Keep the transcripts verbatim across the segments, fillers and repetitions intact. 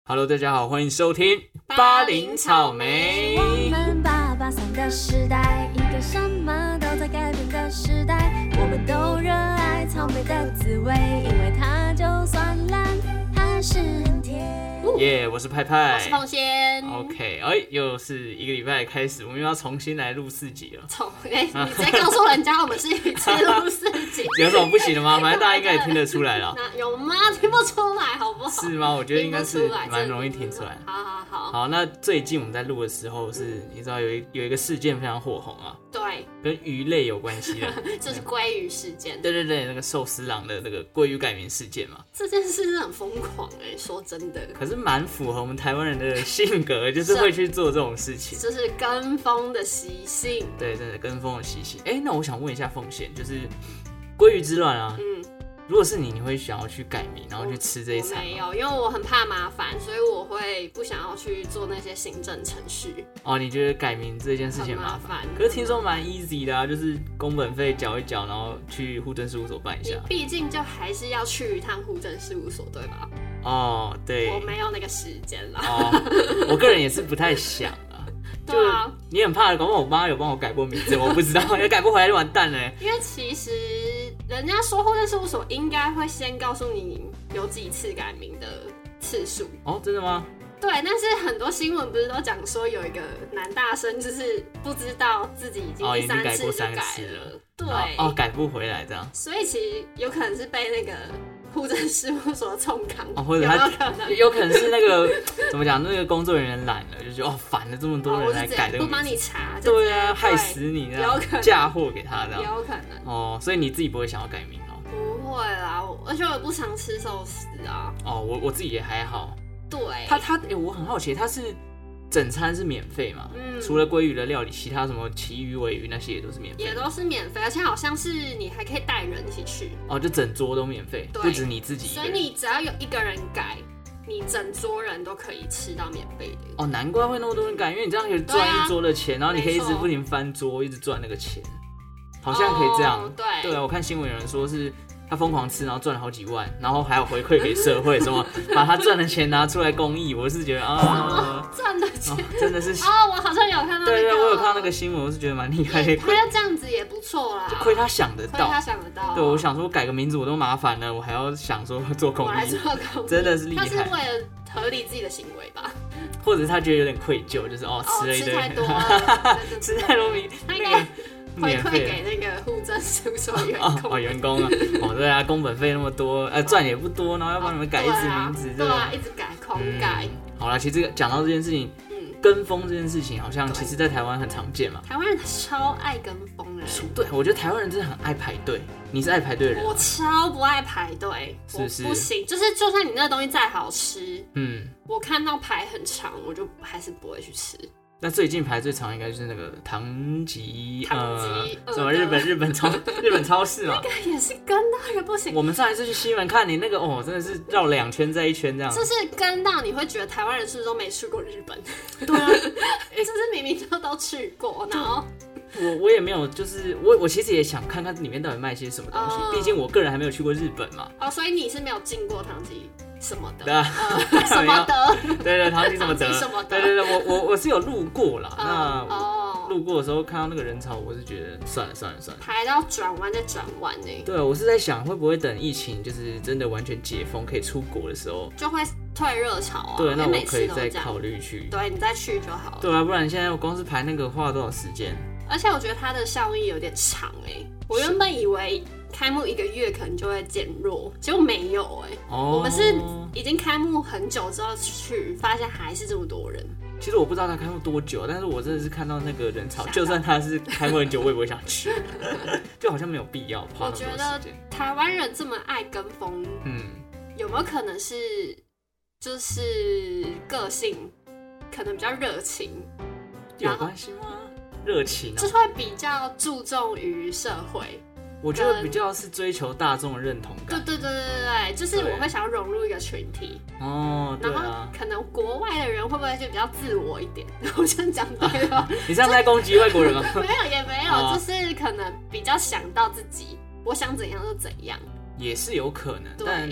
Hello， 大家好，欢迎收听巴林草莓。 我们八八三的时代，一个什么都在改变的时代。我们都热爱草莓的滋味，因为它就算烂，还是很甜。 耶、yeah, 我是派派， 我是凤仙。 OK， 哎，又是一个礼拜开始，我们又要重新来录四集了。 从哎、欸，你直接告诉人家我们是一次录四集， 有什么不行的吗？反正大家应该也听得出来了。 那有吗？听不出来，好不好？ 是吗？我觉得应该是蛮容易听出来。 好好好。 好，那最近我们在录的时候是，嗯、你知道有一有一个事件非常火红啊。 对。 跟鱼类有关系的， 就是鲑鱼事件。 对对对，那个寿司郎的那个鲑鱼改名事件嘛。 这件事真的很疯狂哎、欸，说真的。 可是蛮符合我们台湾人的性格，就是会去做这种事情， 就是跟风的习性。 对，真的跟风的习性。哎、欸，那我想问一下凤仙，就是鲑鱼之乱啊，嗯，如果是你，你会想要去改名，然后去吃这一餐吗？ 我没有，因为我很怕麻烦，所以我会不想要去做那些行政程序。 哦，你觉得改名这件事情麻烦？可是听说蛮 easy 的啊，就是工本费缴一缴，然后去户政事务所办一下。 你毕竟就还是要去一趟户政事务所，对吧？ 哦，对， 我没有那个时间啦。 哦，我个人也是不太想啊。 对啊， 你很怕，搞不好我妈有帮我改过名字，我不知道，要改不回来就完蛋了。 因为其实人家说户政事务所应该会先告诉你有几次改名的次数。 哦，真的吗？ 对，但是很多新闻不是都讲说有一个男大生就是不知道自己已经第三次就改了， 改了对， 哦，改不回来这样。 所以其实有可能是被那个户政事务所冲康， 哦，或者他有, 有, 可能有可能是那个怎么讲，那个工作人员懒了，就觉得哦烦了，这么多人来改这个名字， 不帮你查， 对啊，害死你， 有可能嫁祸给他这样， 有可能哦，所以你自己不会想要改名哦？ 不会啦，而且我不常吃寿司啊。 哦，我我自己也还好。 对， 他他哎、欸，我很好奇，他是整餐是免费嘛？嗯，除了鲑鱼的料理，其他什么旗鱼、鮪鱼那些也都是免费， 也都是免费，而且好像是你还可以带人一起去。 哦，就整桌都免费，不止你自己一个人。 所以你只要有一个人改，你整桌人都可以吃到免费的。 哦，难怪会那么多人改，因为你这样可以赚一桌的钱，啊、然后你可以一直不停翻桌，一直赚那个钱，好像可以这样。 哦、对对啊，我看新闻有人说是。他疯狂吃，然后赚了好几万，然后还有回馈给社会，什么把他赚的钱拿出来公益，我是觉得啊， 赚的钱、哦、 真的是哦，我好像有看到、那個， 对对，我有看到那个新闻，我是觉得蛮厉害的。 他要这样子也不错啦， 就亏他想得到， 亏他想得到。 对，我想说改个名字我都麻烦了，我还要想说做公益， 我还做公益， 真的是厉害。 他是为了合理自己的行为吧？ 或者他觉得有点愧疚，就是哦吃了一堆， 哦、吃太多了， 吃太多米， 他应该。回馈给那个户政事务所员工哦，员工啊，哦对啊，工本费那么多，呃赚也不多，然后要帮你们改一次名字， 对啊，一直改，狂改。 嗯、好啦，其实讲到这件事情，嗯，跟风这件事情，好像其实在台湾很常见嘛。 台湾人超爱跟风的， 对，我觉得台湾人真的很爱排队。你是爱排队的人？ 我超不爱排队， 是不是？ 不行，就是就算你那个东西再好吃， 嗯， 我看到排很长，我就还是不会去吃。 那最近排最长应该就是那个唐吉， 唐吉呃，什么日本日本超日本超市嘛， 那个也是跟到也不行。 我们上一次去西门看你那个哦，真的是绕两圈再一圈这样， 就是跟到你会觉得台湾人是不是都没去过日本？ 对啊， 就是明明就都去过，然后我我也没有，就是我我其实也想看看里面到底卖些什么东西，毕、uh, 竟我个人还没有去过日本嘛。 哦，所以你是没有进过唐吉。什么的？ 对啊， 呃、什么的？ 对对，唐吉什么的？ 什么的？ 对对对，我我我是有路过啦。 嗯、 那哦， 路过的时候看到那个人潮，我是觉得算了算了算了， 排到转弯再转弯呢。 对，我是在想会不会等疫情就是真的完全解封，可以出国的时候， 就会退热潮啊。 对，那我可以再考虑去。 对，你再去就好了。 对啊，不然现在我光是排那个花了多少时间？ 而且我觉得它的效益有点长哎、欸，我原本以为开幕一个月可能就会减弱，结果没有哎、欸。哦，我们是已经开幕很久之后去，发现还是这么多人。 其实我不知道他开幕多久，但是我真的是看到那个人潮，就算他是开幕很久，我也不会想去，就好像没有必要花那么多时间。 我觉得台湾人这么爱跟风，嗯，有没有可能是就是个性可能比较热情？ 有关系吗？热情、啊， 就是会比较注重于社会。 我觉得比较是追求大众的认同感。 对对对对对，就是我会想要融入一个群体。 哦，对啊。 然后可能国外的人会不会就比较自我一点？我这样讲对了。 你这样在攻击外国人吗？ 没有也没有，哦、就是可能比较想到自己，我想怎样就怎样。 也是有可能，但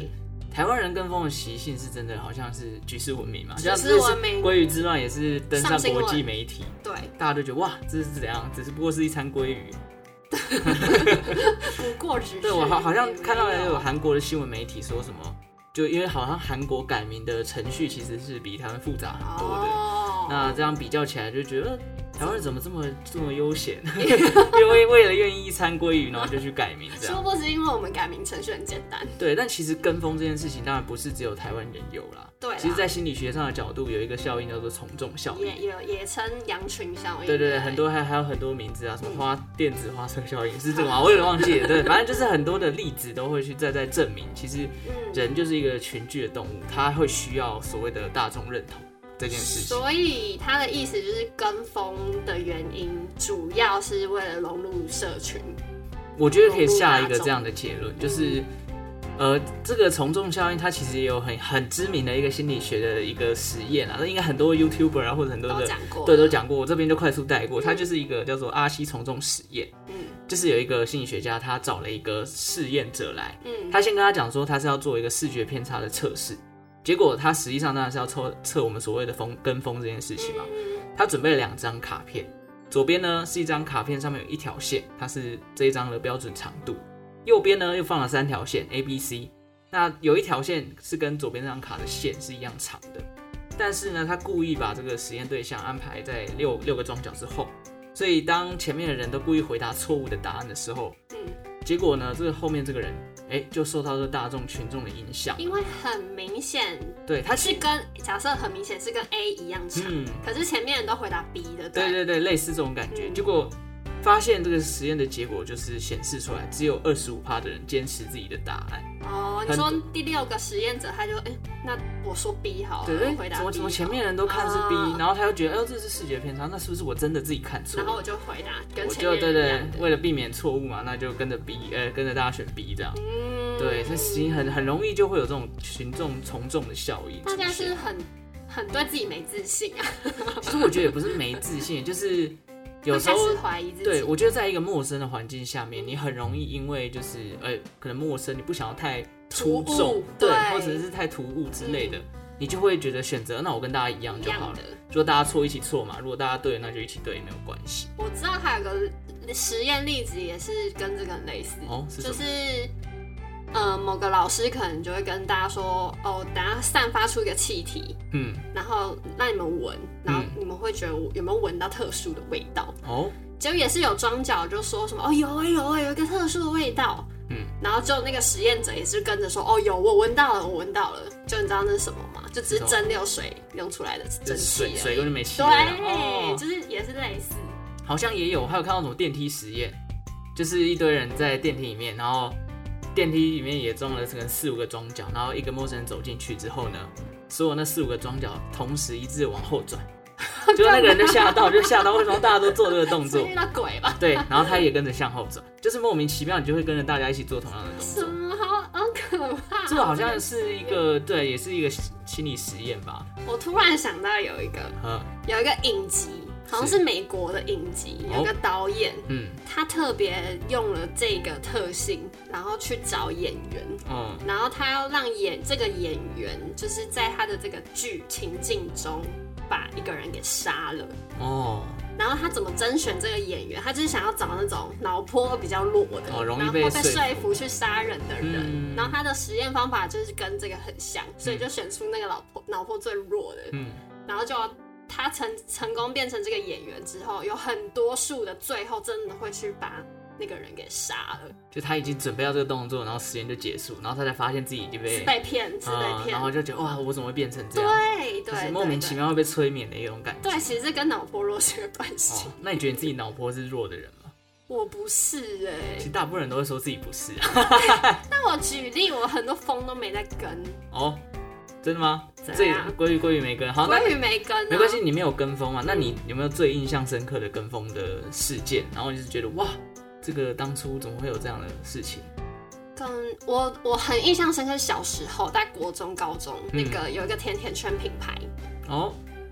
台湾人跟风的习性是真的，好像是举世闻名嘛， 举世闻名。 鲑鱼之乱也是登上国际媒体， 对， 大家都觉得哇，这是怎样？只是不过是一餐鲑鱼。 不过只是。 对，我好好像看到有韩国的新闻媒体说什么，就因为好像韩国改名的程序其实是比台湾复杂很多的，哦、那这样比较起来就觉得。台湾人怎么这么这么悠闲？因为为了愿意一餐鲑鱼，然后就去改名这样。 殊不知因为我们改名程序很简单。 对，但其实跟风这件事情当然不是只有台湾人有啦。 对啦， 其实在心理学上的角度有一个效应叫做从众效应， 也也也称羊群效应。 对对对，很多还还有很多名字啊，什么花、嗯、电子花车效应是这个吗？我有点忘记了。对，反正就是很多的例子都会去再再证明，其实人就是一个群居的动物，他会需要所谓的大众认同。这件事情， 所以他的意思就是跟风的原因主要是为了融入社群。 我觉得可以下一个这样的结论，就是、嗯、呃，这个从众效应，它其实也有很很知名的一个心理学的一个实验啊，那应该很多 YouTuber 啊或者很多的都讲过， 对都讲过，我这边就快速带过。它就是一个叫做阿西从众实验，嗯，就是有一个心理学家他找了一个试验者来，嗯，他先跟他讲说他是要做一个视觉偏差的测试。结果他实际上当然是要测测我们所谓的风跟风这件事情嘛。他准备了两张卡片，左边呢是一张卡片，上面有一条线，它是这一张的标准长度；右边呢又放了三条线 A、B、C。那有一条线是跟左边这张卡的线是一样长的，但是呢，他故意把这个实验对象安排在六六个庄脚之后，所以当前面的人都故意回答错误的答案的时候，嗯，结果呢，这个后面这个人。哎，就受到这大众群众的影响， 因为很明显， 对，他是跟假设很明显是跟 A 一样长，嗯、可是前面人都回答 B 的， 对对对，类似这种感觉。嗯、结果发现这个实验的结果就是显示出来，只有 百分之二十五 的人坚持自己的答案。 哦，你说第六个实验者他就哎，那我说 B 好了，对，回答 B 怎么怎么前面人都看是 B，、哦、然后他又觉得哎呦这是视觉偏差，那是不是我真的自己看错？ 然后我就回答跟前面人我就对对，为了避免错误嘛，那就跟着 B， 呃，跟着大家选 B 这样。嗯，对，所以其实很很容易就会有这种群众从众的效应。 大家是很很对自己没自信啊。 其实我觉得也不是没自信，就是有时候怀疑自己。 对，我觉得在一个陌生的环境下面，你很容易因为就是呃可能陌生，你不想要太出众，对，或者是太突兀之类的。嗯，你就会觉得选择，那我跟大家一样就好了。如果大家错一起错嘛，如果大家对，那就一起对，也没有关系。 我知道还有个实验例子也是跟这个很类似，哦，是就是呃某个老师可能就会跟大家说，哦，等下散发出一个气体，嗯，然后让你们闻，然后你们会觉得有没有闻到特殊的味道？哦，结果也是有庄脚就说什么，哦有哎、欸、有哎、欸、有一个特殊的味道。嗯，然后就那个实验者也是跟着说，哦，有我闻到了，我闻到了。就你知道那是什么吗？就只是蒸馏水用出来的蒸汽， 水水根本没气味。 对， 哦， 就是也是类似。 好像也有，还有看到什么电梯实验，就是一堆人在电梯里面，然后电梯里面也装了可能四五个庄脚，然后一个陌生人走进去之后呢，所有那四五个庄脚同时一致往后转。就那个人就吓到，就吓到，为什么大家都做这个动作？ 是遇到鬼吧？ 对，然后他也跟着向后转，就是莫名其妙，你就会跟着大家一起做同样的动作。 什么好好可怕！ 这个好像是一个对，也是一个心理实验吧。 我突然想到有一个，有一个影集，好像是美国的影集，有个导演，嗯，他特别用了这个特性，然后去找演员，嗯，然后他要让演这个演员，就是在他的这个剧情境中。把一个人给杀了哦，然后他怎么甄选这个演员？他就是想要找那种脑波比较弱的， 哦，容易被说服去杀人的人。嗯，然后他的实验方法就是跟这个很像，所以就选出那个脑波脑波最弱的。嗯，然后就他成成功变成这个演员之后，有很多数的最后真的会去把那个人给杀了。 就他已经准备到这个动作，然后实验就结束，然后他才发现自己已经被是被骗，是被骗， 嗯，然后就觉得哇，我怎么会变成这样？ 对对， 就是莫名其妙会被催眠的一种感觉。 对，其实这跟脑波弱是有关系。 哦，那你觉得你自己脑波是弱的人吗？ 我不是哎，欸， 其实大部分人都会说自己不是啊。那我举例，我很多风都没在跟。哦， 真的吗？这鲑鱼鲑鱼没跟，好， 鲑鱼没跟，啊， 没关系，你没有跟风嘛？那你有没有最印象深刻的跟风的事件？然后你是觉得哇，这个当初怎么会有这样的事情？ 跟我我很印象深刻，小时候在国中、高中，嗯，那个有一个甜甜圈品牌哦，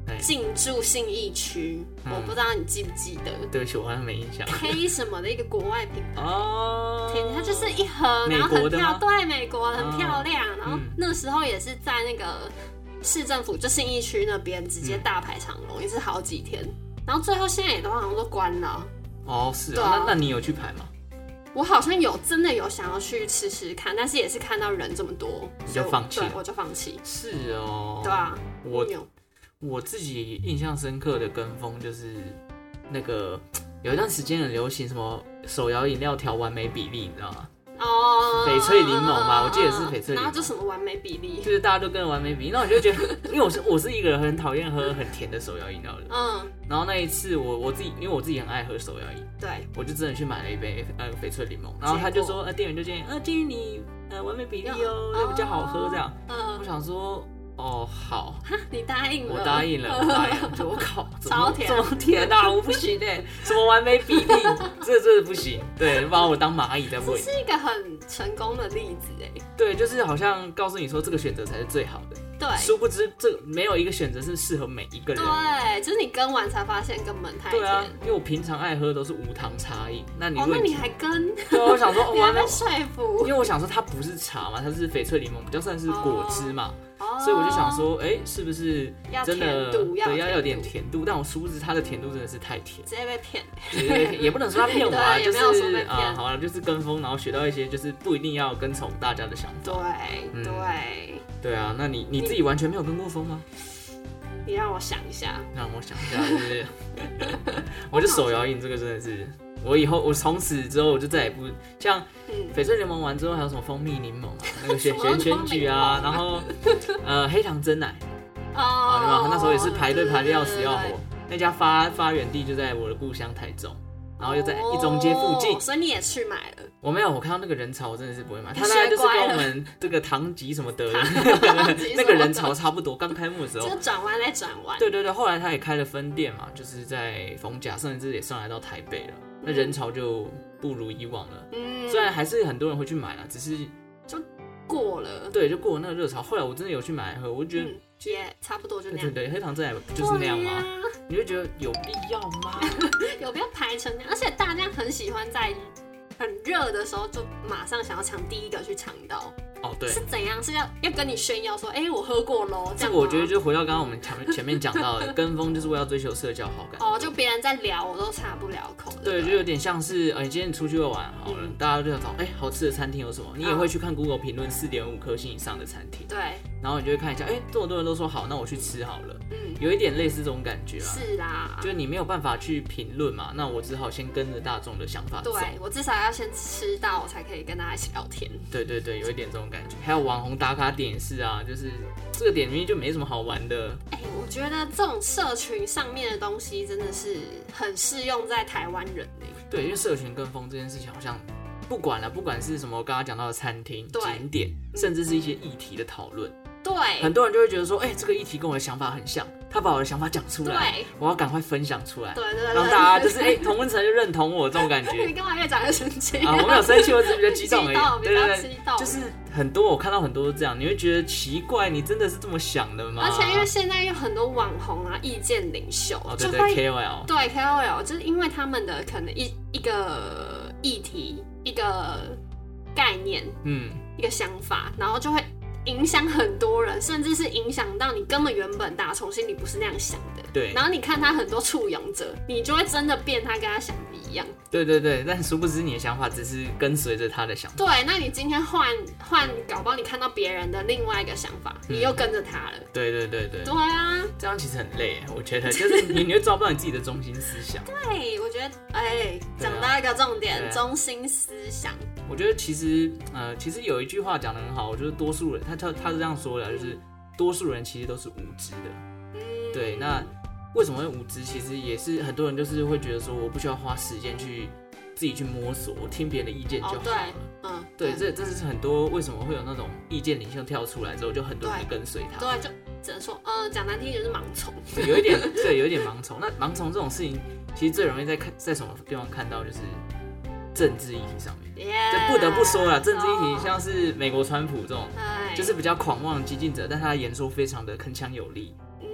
进驻信义区，嗯、我不知道你记不记得？ 对不起，我好像没印象。 K 什么的一个国外品牌哦， 它就是一盒，然后很漂亮，对，美国很漂亮。哦、然后那时候也是在那个市政府就信义区那边直接大排长龙，嗯、也是好几天。然后最后现在也都好像都关了。 哦，是啊，啊那那你有去排吗？ 我好像有真的有想要去吃吃看，但是也是看到人这么多， 你就放弃， 对，我就放弃。 是哦， 对啊， 我我自己印象深刻的跟风就是那个有一段时间很流行什么手摇饮料调完美比例，你知道吗？哦，翡翠柠檬吧，我记得是翡翠柠檬。 然后就什么完美比例， 就是大家都跟着完美比例，那我就觉得，因为我是我是一个人很讨厌喝很甜的手摇饮料的，嗯，然后那一次我我自己，因为我自己很爱喝手摇饮， 对， 我就真的去买了一杯呃翡翠柠檬，然后他就说，呃，店员就建议，呃，建议你呃完美比例哦，会比较好喝这样，嗯，我想说。哦，好， 你答应了， 我答应了，我答应了，就我靠， 超甜， 这么甜啊，我不行哎，什么完美比例，这真的不行，对，把我当蚂蚁在喂。 这是一个很成功的例子哎， 对，就是好像告诉你说这个选择才是最好的， 对， 殊不知这没有一个选择是适合每一个人， 对，就是你跟完才发现根本太甜， 对啊，因为我平常爱喝都是无糖茶饮，那你哦，那你还跟？ 对，我想说，哦、 你还被说服， 因为我想说它不是茶嘛，它是翡翠柠檬，比较算是果汁嘛。哦，所以我就想说，哎、欸，是不是真的对要有点甜度？但我殊不知它的甜度真的是太甜， 直接被骗。 也不能说它骗我啊，就是啊，好了，就是跟风，然后学到一些就是不一定要跟从大家的想法。 对、嗯、对对啊，那你你自己完全没有跟过风吗？ 你让我想一下， 让我想一下，就是，我就手摇饮这个真的是。我以后我从此之后我就再也不像翡翠柠檬完之后还有什么蜂蜜柠檬啊，那个选选选举啊，然后呃黑糖珍奶哦，对吧？那时候也是排队排的要死要活，那家发发源地就在我的故乡台中，然后又在一中街附近， 所以你也去买了？我没有，我看到那个人潮我真的是不会买，他大概就是跟我们这个唐吉什么的那个人潮差不多，刚开幕的时候就转弯再转弯。 对对对，后来他也开了分店嘛，就是在逢甲，甚至也上来到台北了。那人潮就不如以往了，嗯，虽然还是很多人会去买啦，只是就过了， 对，就过了那个热潮。后来我真的有去买来喝，我就觉得也、嗯、差不多就那样。 对对对，黑糖珍奶就是那样吗？啊、你会觉得有必要吗？ 有必要排成那样？而且大家很喜欢在很热的时候就马上想要抢第一个去尝到。 哦，对， 是怎样？是要要跟你炫耀说，哎、欸，我喝过咯。 这个我觉得就回到刚刚我们前前面讲到的，跟风就是为了追求社交好感。 哦，就别人在聊，我都插不了口。 对，就有点像是，呃，你今天出去玩好了，嗯、大家就要找，哎、欸，好吃的餐厅有什么？你也会去看 Google 评论四点五颗星以上的餐厅。 对。 然后你就会看一下，哎、欸，这么多人都说好，那我去吃好了。嗯。有一点类似这种感觉啦。 是啦。 就是你没有办法去评论嘛，那我只好先跟着大众的想法走。 对，我至少要先吃到，我才可以跟大家一起聊天。 对对对，有一点这种感觉。还有网红打卡点也是啊，就是这个点明明就没什么好玩的。 哎、欸，我觉得这种社群上面的东西真的是很适用在台湾人呢。 对，因为社群跟风这件事情好像不管了，不管是什么刚刚讲到的餐厅、景点，甚至是一些议题的讨论。 对， 很多人就会觉得说，哎、欸，这个议题跟我的想法很像，他把我的想法讲出来，我要赶快分享出来， 对对对， 让大家就是哎、欸，同温层就认同我这种感觉。 你干嘛越讲越生气啊？我没有生气，我只是比较激动而已。 对对对， 就是很多我看到很多这样，你会觉得奇怪，你真的是这么想的吗？ 而且因为现在有很多网红啊，意见领袖， 哦对对 K O L， 对 K O L， 就是因为他们的可能一一个议题、一个概念、嗯，一个想法，然后就会影响很多人，甚至是影响到你根本原本打从心里不是那样想的。 对。 然后你看他很多簇拥者，你就会真的变他跟他想的一样。 对对对，但殊不知你的想法只是跟随着他的想法。 对，那你今天换换，搞不好你看到别人的另外一个想法，嗯、你又跟着他了。 对对对对。 对啊， 这样其实很累，我觉得，就是你你会抓不到你自己的中心思想。 对，我觉得，哎，讲、啊、到一个重点，啊、中心思想。 我觉得其实，呃，其实有一句话讲得很好，我觉得多数人，他他他是这样说的，就是多数人其实都是无知的。嗯。对，那为什么会无知？其实也是很多人就是会觉得说，我不需要花时间去自己去摸索，我听别人的意见就好了。哦、对，嗯，对，这这是很多为什么会有那种意见领袖跳出来之后，就很多人跟随他。 对，就只能说，呃，讲难听就是盲从。 对，有一点，对，有一点盲从。那盲从这种事情，其实最容易在看在什么地方看到，就是政治议题上面。 Yeah, 就不得不说啦，政治议题像是美国川普这种， oh. 就是比较狂妄的激进者，但他的言说非常的铿锵有力。嗯，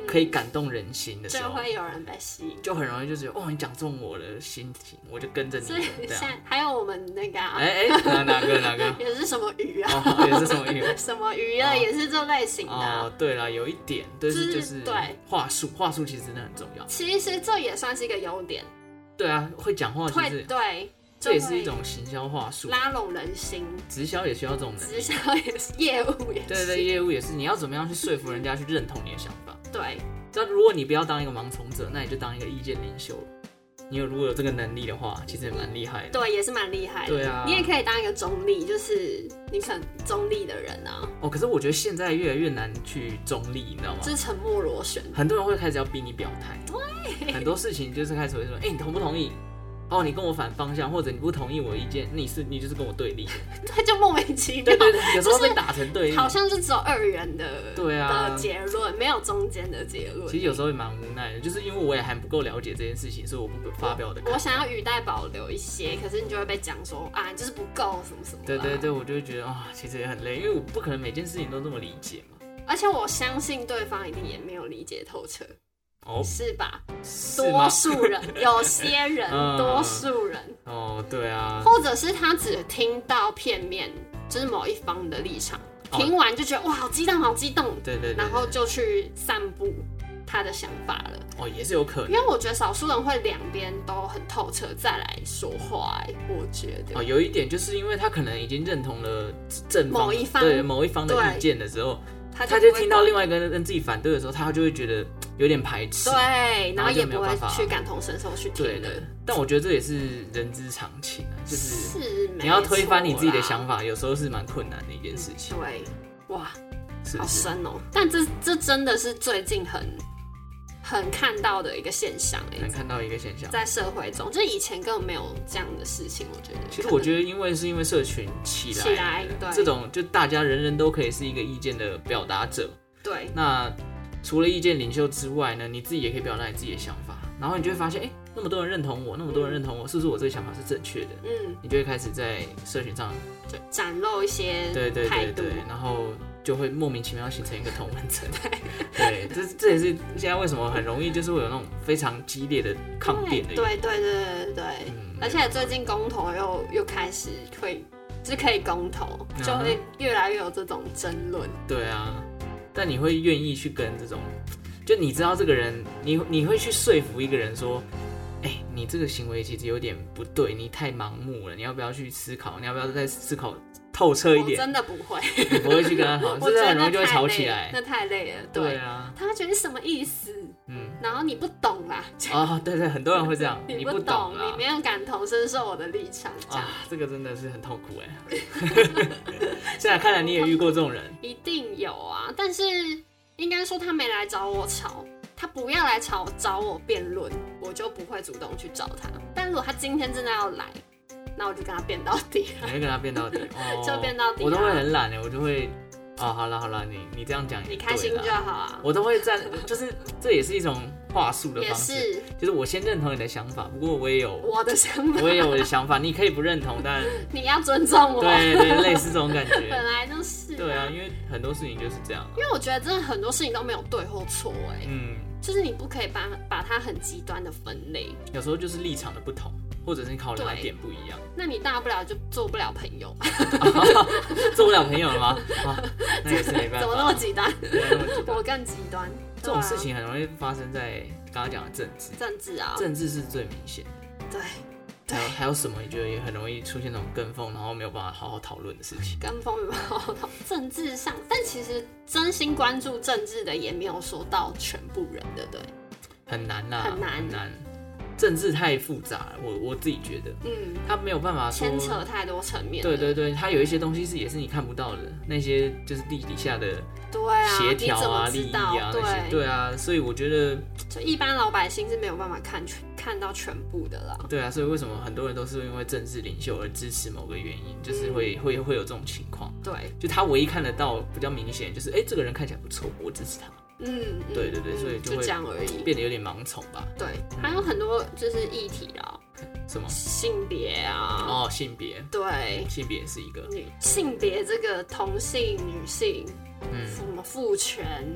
可以感动人心的时候， 就会有人被吸引， 就很容易就觉得哦，你讲中我的心情，我就跟着你。 所以现在还有我们那个， 哎哎，哪哪个哪个？ 也是什么鱼啊？ 哦，也是什么鱼？ 什么鱼啊？也是这类型的。 哦，对啦，有一点，但是就是对话术，话术其实真的很重要。 其实这也算是一个优点。 对啊，会讲话其实对。 这也是一种行销话术， 拉拢人心。 直销也需要这种能力， 直销也是，业务也是。 对对，业务也是。你要怎么样去说服人家去认同你的想法？ 对。 那如果你不要当一个盲从者，那你就当一个意见领袖。你有如果有这个能力的话，其实也蛮厉害的。 对，也是蛮厉害的。 对啊， 你也可以当一个中立，就是你很中立的人啊。 哦，可是我觉得现在越来越难去中立，你知道吗？ 就是沉默螺旋。 很多人会开始要逼你表态。 对。 很多事情就是开始会说，哎、欸，你同不同意？哦，你跟我反方向，或者你不同意我的意见，你是你就是跟我对立， 对，就莫名其妙。 对对对，有时候被打成对立， 就是、好像就只有二元的对啊的结论，没有中间的结论。 其实有时候也蛮无奈的，就是因为我也还不够了解这件事情，所以我不发表的。 我想要语带保留一些，可是你就会被讲说啊，你就是不够什么什么。 对对对，我就会觉得啊、哦，其实也很累，因为我不可能每件事情都这么理解嘛。 而且我相信对方一定也没有理解透彻。哦，是吧？ 是多数人，有些人，嗯、多数人。 哦，对啊。 或者是他只听到片面，就是某一方的立场，哦、听完就觉得哇，好激动，好激动。 对 对, 对, 对。 然后就去散布他的想法了。 哦，也是有可能。 因为我觉得少数人会两边都很透彻再来说话、欸。我觉得。 哦，有一点就是因为他可能已经认同了正方某一方对某一方的意见的时候。他 就, 他就听到另外一个人跟自己反对的时候，他就会觉得有点排斥， 对，然后也不会去感同身受去听的。 对，但我觉得这也是人之常情啊，就是是你要推翻你自己的想法，有时候是蛮困难的一件事情。 对，哇， 是是好深哦、喔。但这这真的是最近很很看到的一个现象、欸， 很看到一个现象， 在社会中，就以前根本没有这样的事情。我觉得， 其实我觉得，因为是因为社群起来， 起来，对， 这种就大家人人都可以是一个意见的表达者。 对， 那除了意见领袖之外呢，你自己也可以表达你自己的想法，然后你就会发现，哎、欸，那么多人认同我，那么多人认同我，是不是我这个想法是正确的？嗯，你就会开始在社群上就展露一些对对对对，然后就会莫名其妙形成一个同温层。对，这这也是现在为什么很容易就是会有那种非常激烈的抗辩的。 对对对对对对，嗯、而且最近公投又又开始会，就是可以公投，就会越来越有这种争论。 对啊。但你会愿意去跟这种，就你知道这个人，你你会去说服一个人说，哎、欸，你这个行为其实有点不对，你太盲目了，你要不要去思考？你要不要再思考透彻一点？ 我真的不会， 你不会去跟他讨论，这很容易就会吵起来。 那太累了，对, 对啊， 他觉得什么意思？嗯，然后你不懂啦。 哦，对对，很多人会这样， 你不懂，你没有感同身受我的立场。啊， 这个真的是很痛苦哎。现在看来你也遇过这种人， 一定有啊。但是应该说他没来找我吵，他不要来吵找我辩论，我就不会主动去找他。但如果他今天真的要来，那我就跟他辩到底。 你会跟他辩到底？哦， 就辩到底、啊。 我都会很懒哎，我就会。哦，好了好了，你你这样讲， 你开心就好啊。 我都会站，就是这也是一种话术的方式， 也是， 就是我先认同你的想法，不过我也有我的想法， 我也有我的想法，你可以不认同，但你要尊重我。 对对，类似这种感觉。 本来就是、啊。 对啊，因为很多事情就是这样。 因为我觉得真的很多事情都没有对或错哎、欸，嗯，就是你不可以把把它很极端的分类。 有时候就是立场的不同。或者是你考量的点不一样， 那你大不了就做不了朋友， 做不了朋友了吗？啊，那也是没办法。 怎么那么极端？ 我我更极端。 这种事情很容易发生在刚刚讲的政治。 政治啊， 政治是最明显的。 对。 还有还有什么？你觉得也很容易出现那种跟风，然后没有办法好好讨论的事情？ 跟风没办法好好讨论。政治上，但其实真心关注政治的也没有说到全部人，对不对？ 很难啦， 很难， 很难。政治太复杂了，我我自己觉得，嗯，他没有办法说牵扯太多层面。 对对对，他有一些东西是也是你看不到的，那些就是地底下的协调啊、利益啊那些，对啊，所以我觉得， 就一般老百姓是没有办法看全看到全部的啦。 对啊，所以为什么很多人都是因为政治领袖而支持某个原因，就是会、嗯、会会有这种情况。 对， 就他唯一看得到比较明显，就是哎、欸，这个人看起来不错，我支持他。 嗯， 对对对，所以就会就这样而已， 变得有点盲从吧。 对，还有很多就是议题啦， 什么性别啊， 哦，性别， 对， 性别是一个女性别这个同性、女性，嗯，什么父权，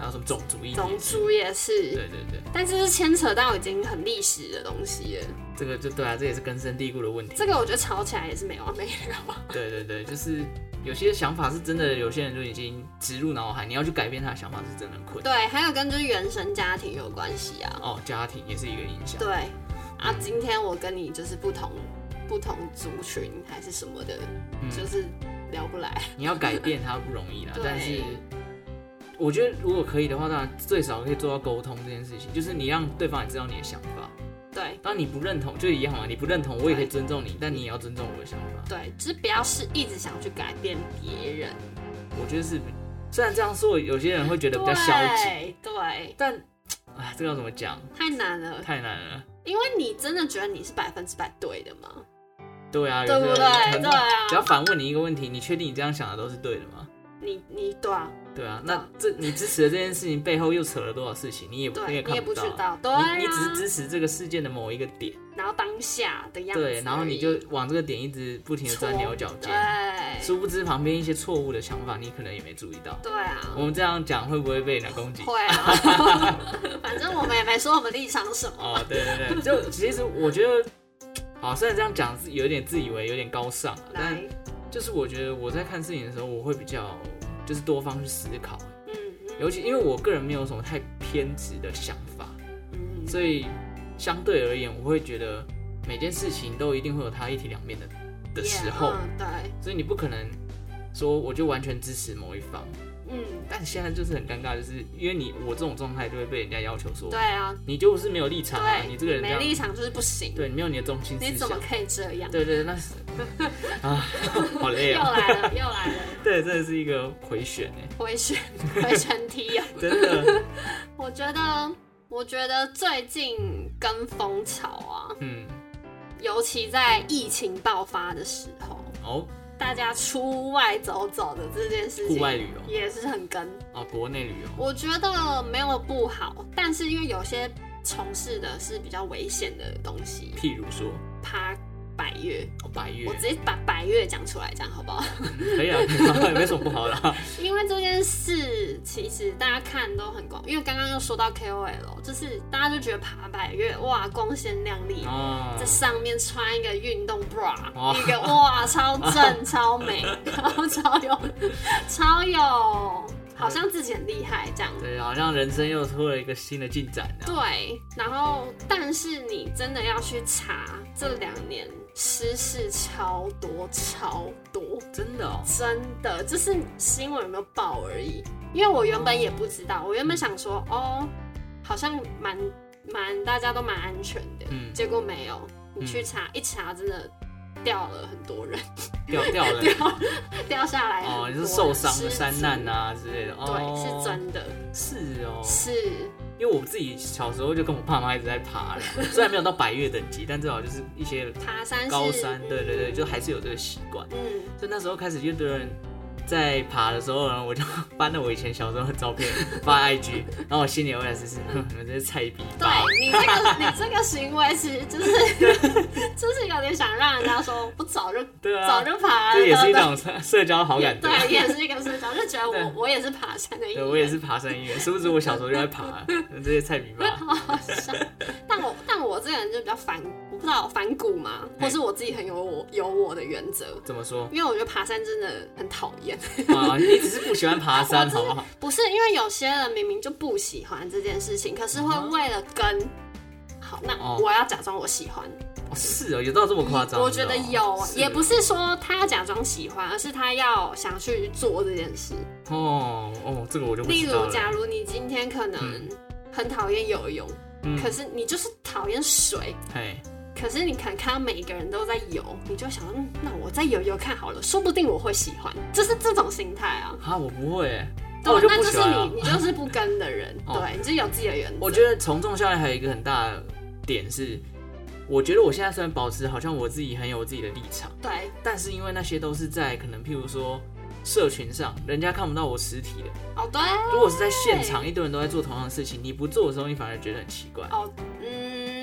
还有什么种族议题， 种族也是， 对对对。 但是是牵扯到已经很历史的东西了。 这个就对啊，这也是根深蒂固的问题。 这个我觉得吵起来也是没完没了。 对对对，就是有些想法是真的，有些人就已经植入脑海，你要去改变他的想法是真的很困难。 对，还有跟就是原生家庭有关系啊。 哦，家庭也是一个影响。 对啊，今天我跟你就是不同不同族群还是什么的，嗯、就是聊不来。 你要改变它不容易啦，但是我觉得如果可以的话，当然最少可以做到沟通这件事情，就是你让对方也知道你的想法。 对， 当你不认同就一样嘛，你不认同我也可以尊重你，但你也要尊重我的想法。 对，就是不要是一直想去改变别人。 我觉得是，虽然这样说，有些人会觉得比较消极， 对，对但哎，这个要怎么讲？ 太难了， 太难了。 因为你真的觉得你是百分之百对的吗？ 对啊， 对不对？对啊。 只要反问你一个问题，你确定你这样想的都是对的吗？ 你你对啊。 对啊，那这你支持的这件事情背后又扯了多少事情，你也你也看不到， 你也不知道，对啊， 你你只是支持这个事件的某一个点， 然后当下的样子， 对，然后你就往这个点一直不停的钻牛角尖， 对， 殊不知旁边一些错误的想法，你可能也没注意到。 对啊， 我们这样讲会不会被人家攻击？ 会啊，反正我们也没说我们立场什么。 哦，对对对，就其实我觉得，好，虽然这样讲是有点自以为有点高尚，但就是我觉得我在看事情的时候，我会比较就是多方去思考。尤其因为我个人没有什么太偏执的想法，嗯，所以相对而言，我会觉得每件事情都一定会有它一体两面的的时候， yeah, 嗯，对， 所以你不可能说我就完全支持某一方，嗯，但现在就是很尴尬，就是因为你我这种状态就会被人家要求说， 对啊， 你就是没有立场啊，你这个人没立场就是不行， 对，你没有你的中心思想， 你怎么可以这样？ 对对，那是啊，好累啊，又来了，又来了， 对，真的是一个回旋哎， 回旋回旋踢啊， 真的， 我觉得，我觉得最近跟风潮啊，嗯，尤其在疫情爆发的时候，哦。大家出外走走的这件事情， 户外旅游也是很跟哦，国内旅游， 我觉得没有不好，但是因为有些从事的是比较危险的东西， 譬如说爬百岳， 哦，百岳， 我直接把百岳讲出来，这样好不好？ 可以啊，可以啊，没什么不好的、啊。 因为这件事其实大家看都很广，因为刚刚又说到 K O L， 就是大家就觉得爬百岳哇光鲜亮丽，哦、在上面穿一个运动 bra，、哦、一个哇超正超美，然后超有超有。好像自己很厉害这样， 对，好像人生又出了一个新的进展。 对，然后但是你真的要去查，这两年失事超多超多， 真的哦， 真的，就是新闻有没有报而已。因为我原本也不知道，我原本想说，哦，好像蛮蛮大家都蛮安全的，嗯，结果没有，你去查、嗯、一查，真的。掉了很多人， 掉掉了， 掉掉下来哦，你是受伤的、山难啊之类的， 对，哦、是真的， 是哦， 是， 因为我自己小时候就跟我爸妈一直在爬了，虽然没有到百岳等级，但至少就是一些爬山高山，对对对，就还是有这个习惯，嗯，所以那时候开始就多人。在爬的时候呢，我就翻了我以前小时候的照片发 I G， 然后我心里 O S 是：你们这些菜逼。 对你这个你这个行为是就是就是有点想让人家说不早就对啊早就爬了， 这也是一种社交好感度， 对，也是一个社交，就觉得我我也是爬山的一员， 对我也是爬山一员，殊不知我小时候就在爬，这些菜逼吧。 好好笑，但我但我这个人就比较反，我不知道反骨嘛，或是我自己很有我有我的原则。 怎么说？ 因为我觉得爬山真的很讨厌。 啊，你只是不喜欢爬山，好不好？ 不是，因为有些人明明就不喜欢这件事情，可是会为了跟，好，那我要假装我喜欢。 哦，是哦，有到这么夸张？ 我觉得有，也不是说他要假装喜欢，而是他要想去做这件事。 哦哦，这个我就不知道了。 例如，假如你今天可能很讨厌游泳，嗯、可是你就是讨厌水。嘿。可是你可能看到每一个人都在游，你就想，嗯，那我再游游看好了，说不定我会喜欢，就是这种心态啊。 啊，我不会哎， 对，那就是你，你就是不跟的人，哦、对，你就是有自己的原则。 我觉得从众下来还有一个很大的点是，我觉得我现在虽然保持好像我自己很有自己的立场， 对， 但是因为那些都是在可能譬如说社群上，人家看不到我实体的。 哦，对。 如果是在现场，一堆人都在做同样的事情，你不做的时候，你反而觉得很奇怪。 哦，嗯。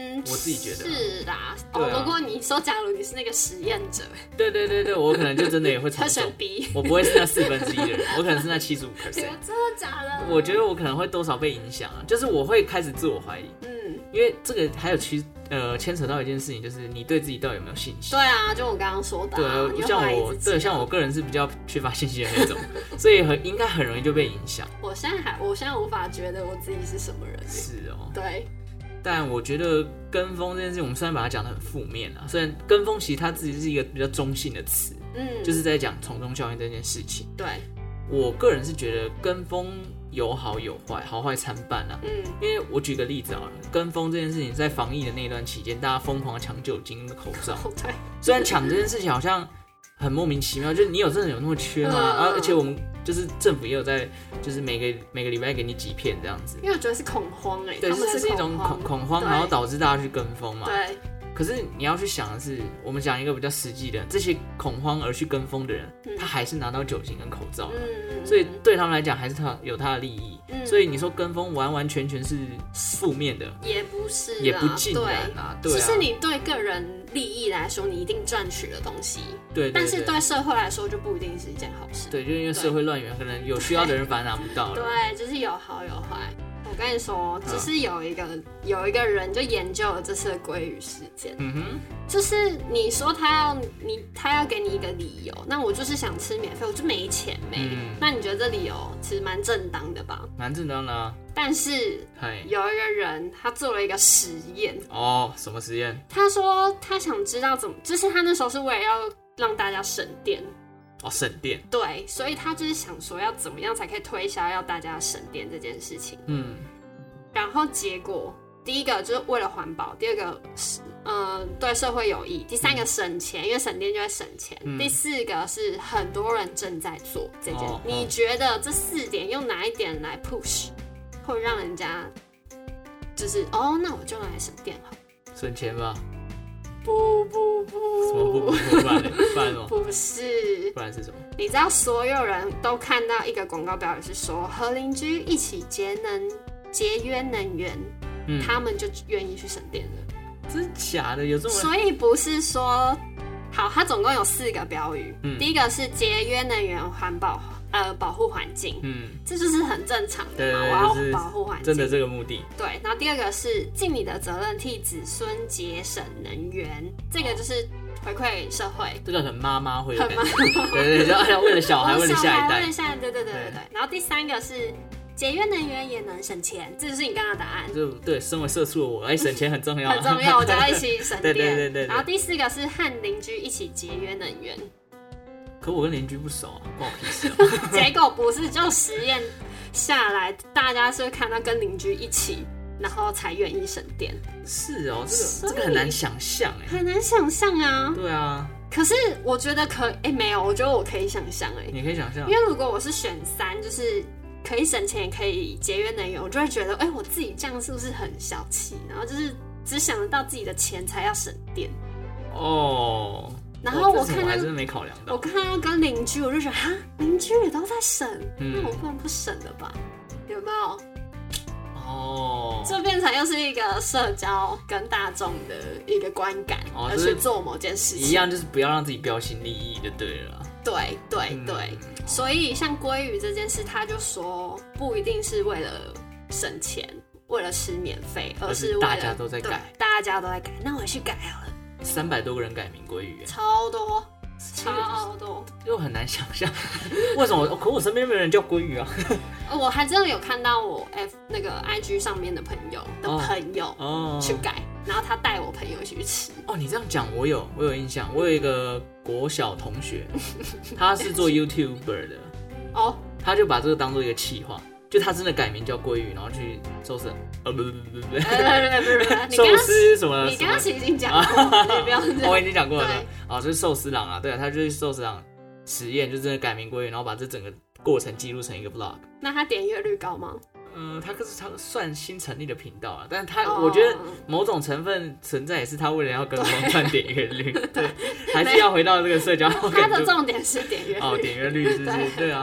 嗯，我自己觉得是啦。哦，啊、如果你说假如你是那个实验者， 对对对对，我可能就真的也会从中。 B， 我不会是那四分之一的人，我可能是那七十五 percent。 真的假的？ 我觉得我可能会多少被影响啊，就是我会开始自我怀疑。嗯，因为这个还有其呃牵扯到一件事情，就是你对自己到底有没有信心？ 对啊，就我刚刚说的、啊。 对，像我对像我个人是比较缺乏信心的那种，所以很应该很容易就被影响。 我现在还我现在无法觉得我自己是什么人。 是哦。 对。 但我觉得跟风这件事情，我们虽然把它讲得很负面啊，虽然跟风其实它自己是一个比较中性的词，嗯，就是在讲从众效应这件事情。 对， 我个人是觉得跟风有好有坏，好坏参半啊。嗯，因为我举个例子啊，跟风这件事情在防疫的那段期间，大家疯狂抢酒精的口罩。 对， 虽然抢这件事情好像很莫名其妙，就是你有真的有那么缺吗？嗯、而且我们就是政府也有在，就是每个每个礼拜给你几片这样子。 因为我觉得是恐慌哎、欸， 对，这是一种恐恐慌，然后导致大家去跟风嘛。 对。 可是你要去想的是，我们讲一个比较实际的，这些恐慌而去跟风的人，嗯、他还是拿到酒精跟口罩，嗯、所以对他们来讲还是他有他的利益。嗯、所以你说跟风完完全全是负面的， 也不是， 也不尽然啊。对， 只是你对个人利益来说，你一定赚取了东西。 对， 对， 对， 但是对社会来说就不一定是一件好事。 对，就因为社会乱源，可能有需要的人反而拿不到了。 对，就是有好有坏。我跟你说，就是有一个、嗯、有一个人就研究了这次的鲑鱼事件。嗯哼，就是你说他要你他要给你一个理由，那我就是想吃免费，我就没钱没、嗯。那你觉得这理由其实蛮正当的吧？ 蛮正当的啊。 但是有一个人他做了一个实验。 哦，什么实验？ 他说他想知道怎么，就是他那时候是为了要让大家省电。 哦，省电。 对，所以他就是想说要怎么样才可以推销要大家省电这件事情。嗯，然后结果第一个就是为了环保，第二个呃对社会有益，第三个省钱，因为省电就会省钱。嗯、第四个是很多人正在做这件。哦、你觉得这四点用哪一点来 push， 会让人家就是哦，那我就来省电好， 省钱吧。 不不不， 什么不不不？不然呢？不然什么？ 不是， 不然是什么？ 你知道所有人都看到一个广告标语是说和邻居一起节能节约能源，嗯、他们就愿意去省电了。 真的假的？有这么？ 所以不是说好，它总共有四个标语。嗯、第一个是节约能源、环保。呃，保护环境，嗯，这就是很正常的嘛。 对对对， 我要保护环境， 真的这个目的。 对，然后第二个是尽你的责任，替子孙节省能源，这个就是回馈社会。 这个很妈妈会的感觉，对对对，就哎呀，为了小孩，为了下一代， 为了下一代，对对对对对。然后第三个是节约能源也能省钱，这就是你刚刚的答案。 就对，身为社畜的我，哎，省钱很重要， 很重要，我就要一起省电。 对对对对。 然后第四个是和邻居一起节约能源。 可我跟邻居不熟啊，关我屁事啊！ 结果不是，就实验下来，大家是会看到跟邻居一起，然后才愿意省电。 是哦，这个这个很难想象哎， 很难想象啊。 对啊。 可是我觉得可哎、欸、没有，我觉得我可以想象哎。 你可以想象， 因为如果我是选三，就是可以省钱也可以节约能源，我就会觉得哎、欸，我自己这样是不是很小气？然后就是只想得到自己的钱才要省电。哦。然后我看到， 我还真没考量到。 我看到跟邻居，我就觉得哈，邻居也都在省，嗯、那我不能不省了吧？有没有？哦，这变成又是一个社交跟大众的一个观感，哦、而去做某件事情一样，就是不要让自己标新立异就对了。 对对对，嗯、所以像鲑鱼这件事，他就说不一定是为了省钱，为了吃免费，而是为了大家都在改， 大家都在改，那我去改好了。 三百多个人改名鲑鱼， 超多，超多， 又很难想象为什么。可我身边没有人叫鲑鱼啊。 我还真的有看到我 F 那个 I G 上面的朋友的朋友去改，哦、然后他带我朋友一起去吃。 哦，你这样讲，我有我有印象，我有一个国小同学，他是做 YouTuber 的，哦，他就把这个当做一个企划。就他真的改名叫鲑鱼，然后去寿司，呃不不不不不，寿司什么？ 你刚刚已经讲过，你不要这样。 我已经讲过了，啊，就是寿司郎啊，对啊，他就是寿司郎实验，就真的改名鲑鱼，然后把这整个过程记录成一个 vlog。 那他点阅率高吗？ 嗯，他可是他算新成立的频道啊，但是他、oh. 我觉得某种成分存在也是他为了要跟风赚点阅率，对，还是要回到这个社交。 他的重点是点阅率， 哦，点阅率是不是？对啊。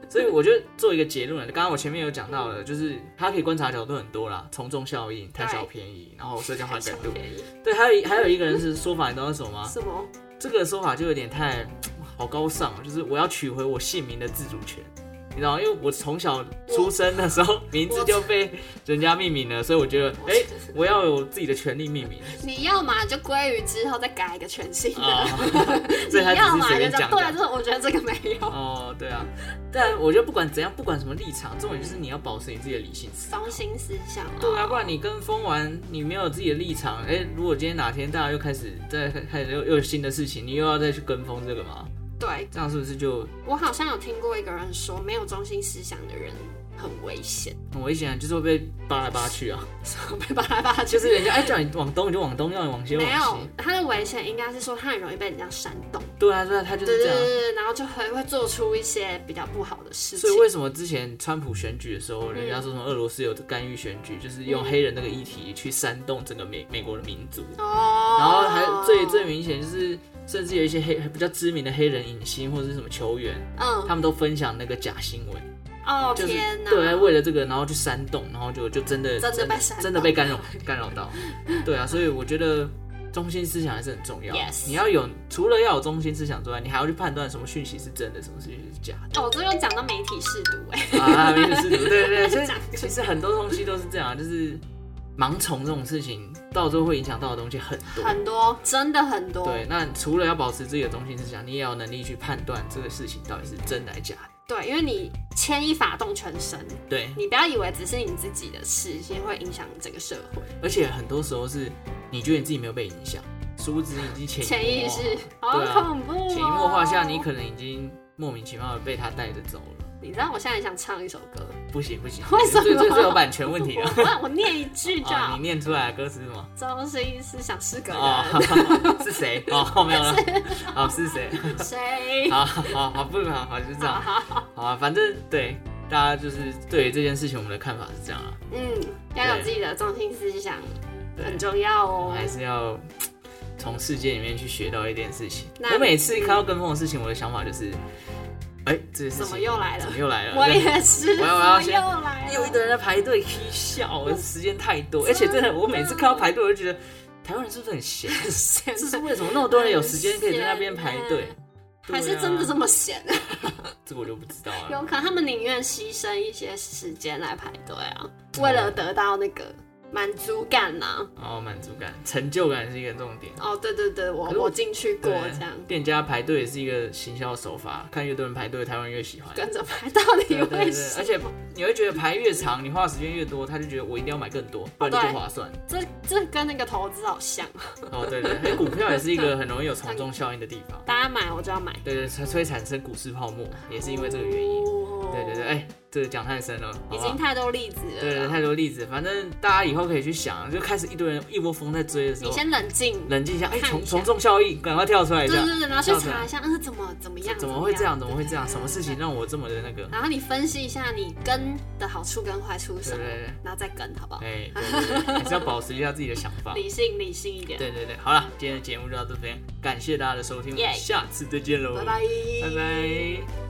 所以我觉得做一个结论，刚刚我前面有讲到了，就是它可以观察角度很多啦，从众效应、贪小便宜，然后社交化程度。对，还有还有一个人是说法，你知道是什么吗？ 什么？ 这个说法就有点太好高尚了，就是我要取回我姓名的自主权。你知道，因为我从小出生的时候名字就被人家命名了，所以我觉得，哎、欸，我要有自己的权利命名。 你要嘛就归于之后再改一个全新的， 哦、所以他只是随便讲的。 对啊，就是我觉得这个没有。 哦，对啊，但我觉得不管怎样，不管什么立场，重点就是你要保持你自己的理性思考、 中心思想、啊。 对啊，不然你跟风完，你没有自己的立场，哎、欸，如果今天哪天大家又开始再开始又又有新的事情，你又要再去跟风这个吗？ 对， 这样是不是就？ 我好像有听过一个人说，没有中心思想的人很危险。 很危险，就是会被扒来扒去啊， 被扒来扒去， 就是人家哎叫你往东你就往东，要你往西往西。 没有，他的危险应该是说他很容易被人家煽动。 对啊，对啊，他就是这样。 对对对，然后就会会做出一些比较不好的事情。 所以为什么之前川普选举的时候，人家说什么俄罗斯有干预选举，就是用黑人那个议题去煽动整个美美国的民族。哦。然后还最最明显就是。甚至有一些黑比较知名的黑人影星或者是什么球员，嗯，他们都分享那个假新闻。 哦， 就是、 天哪！ 对，为了这个，然后去煽动，然后就就真的真的被煽动， 真的被干扰干扰到。对啊，所以我觉得中心思想还是很重要。 Yes， 你要有除了要有中心思想之外，你还要去判断什么讯息是真的，什么讯息是假的。 哦，这又讲到媒体识读哎。 啊，媒体识读，对对对，所以其实很多东西都是这样，就是。盲从这种事情，到最后会影响到的东西很多很多，真的很多。 对，那除了要保持自己的中心思想，你也要有能力去判断这个事情到底是真的还是假的。 对，因为你牵一发动全身。 对， 你不要以为只是你自己的事，其实会影响整个社会。 而且很多时候是你觉得你自己没有被影响，殊不知已经潜潜意识，好恐怖、哦。 潜移默化下，你可能已经莫名其妙的被他带着走了。 你知道我现在想唱一首歌， 不行不行， 为什么？ 这这这有版权问题了。 我我念一句就好、 哦。你念出来的歌词是什么？ 中心思想是个人。 哦、是谁？哦，没有了。好，是谁？ 谁？ 好好好，不好好就是这样。 好好好啊，反正对大家就是对于这件事情，我们的看法是这样啊。 嗯，要有自己的中心思想，很重要哦。 还是要从世界里面去学到一点事情。我每次看到跟风的事情，我的想法就是。哎、欸，这怎么又来了？ 怎么又来了？ 我也是， 我要我要先又来了。 有一堆人在排队，可以笑，时间太多，而且真的，我每次看到排队，我就觉得台湾人是不是很闲？这是为什么那么多人有时间可以在那边排队？ 还是真的这么闲？ 这个我就不知道了。 有可能他们宁愿牺牲一些时间来排队啊，为了得到那个。满足感呐、啊， 哦，满足感、成就感是一个重点。 哦，对对对，我我进去过这样。 店家排队也是一个行销手法，看越多人排队，台湾越喜欢。 跟着排，到底为什么？ 而且你会觉得排越长，你花的时间越多，他就觉得我一定要买更多，不然就不划算。 这这跟那个投资好像。 哦，对对，对，股票也是一个很容易有从众效应的地方。 大家买我就要买。 对对，才会产生股市泡沫，也是因为这个原因。哦、对对对，哎、欸。这个讲太深了， 已经太多例子了。 对对，太多例子，反正大家以后可以去想，就开始一堆人一窝蜂在追的时候， 你先冷静， 冷静一下，哎、欸，从从众效应，赶快跳出来一下， 对对对，然后去查一下，嗯，怎么怎么样， 怎么会这样，怎么会这样，什么事情让我这么的那个？ 然后你分析一下你跟的好处跟坏处是什么，对对对，然后再跟，好不好？ 哎、欸，还是要保持一下自己的想法， 理性理性一点。 对对对，好了，今天的节目就到这边，感谢大家的收听， yeah. 下次再见喽， 拜拜， 拜拜。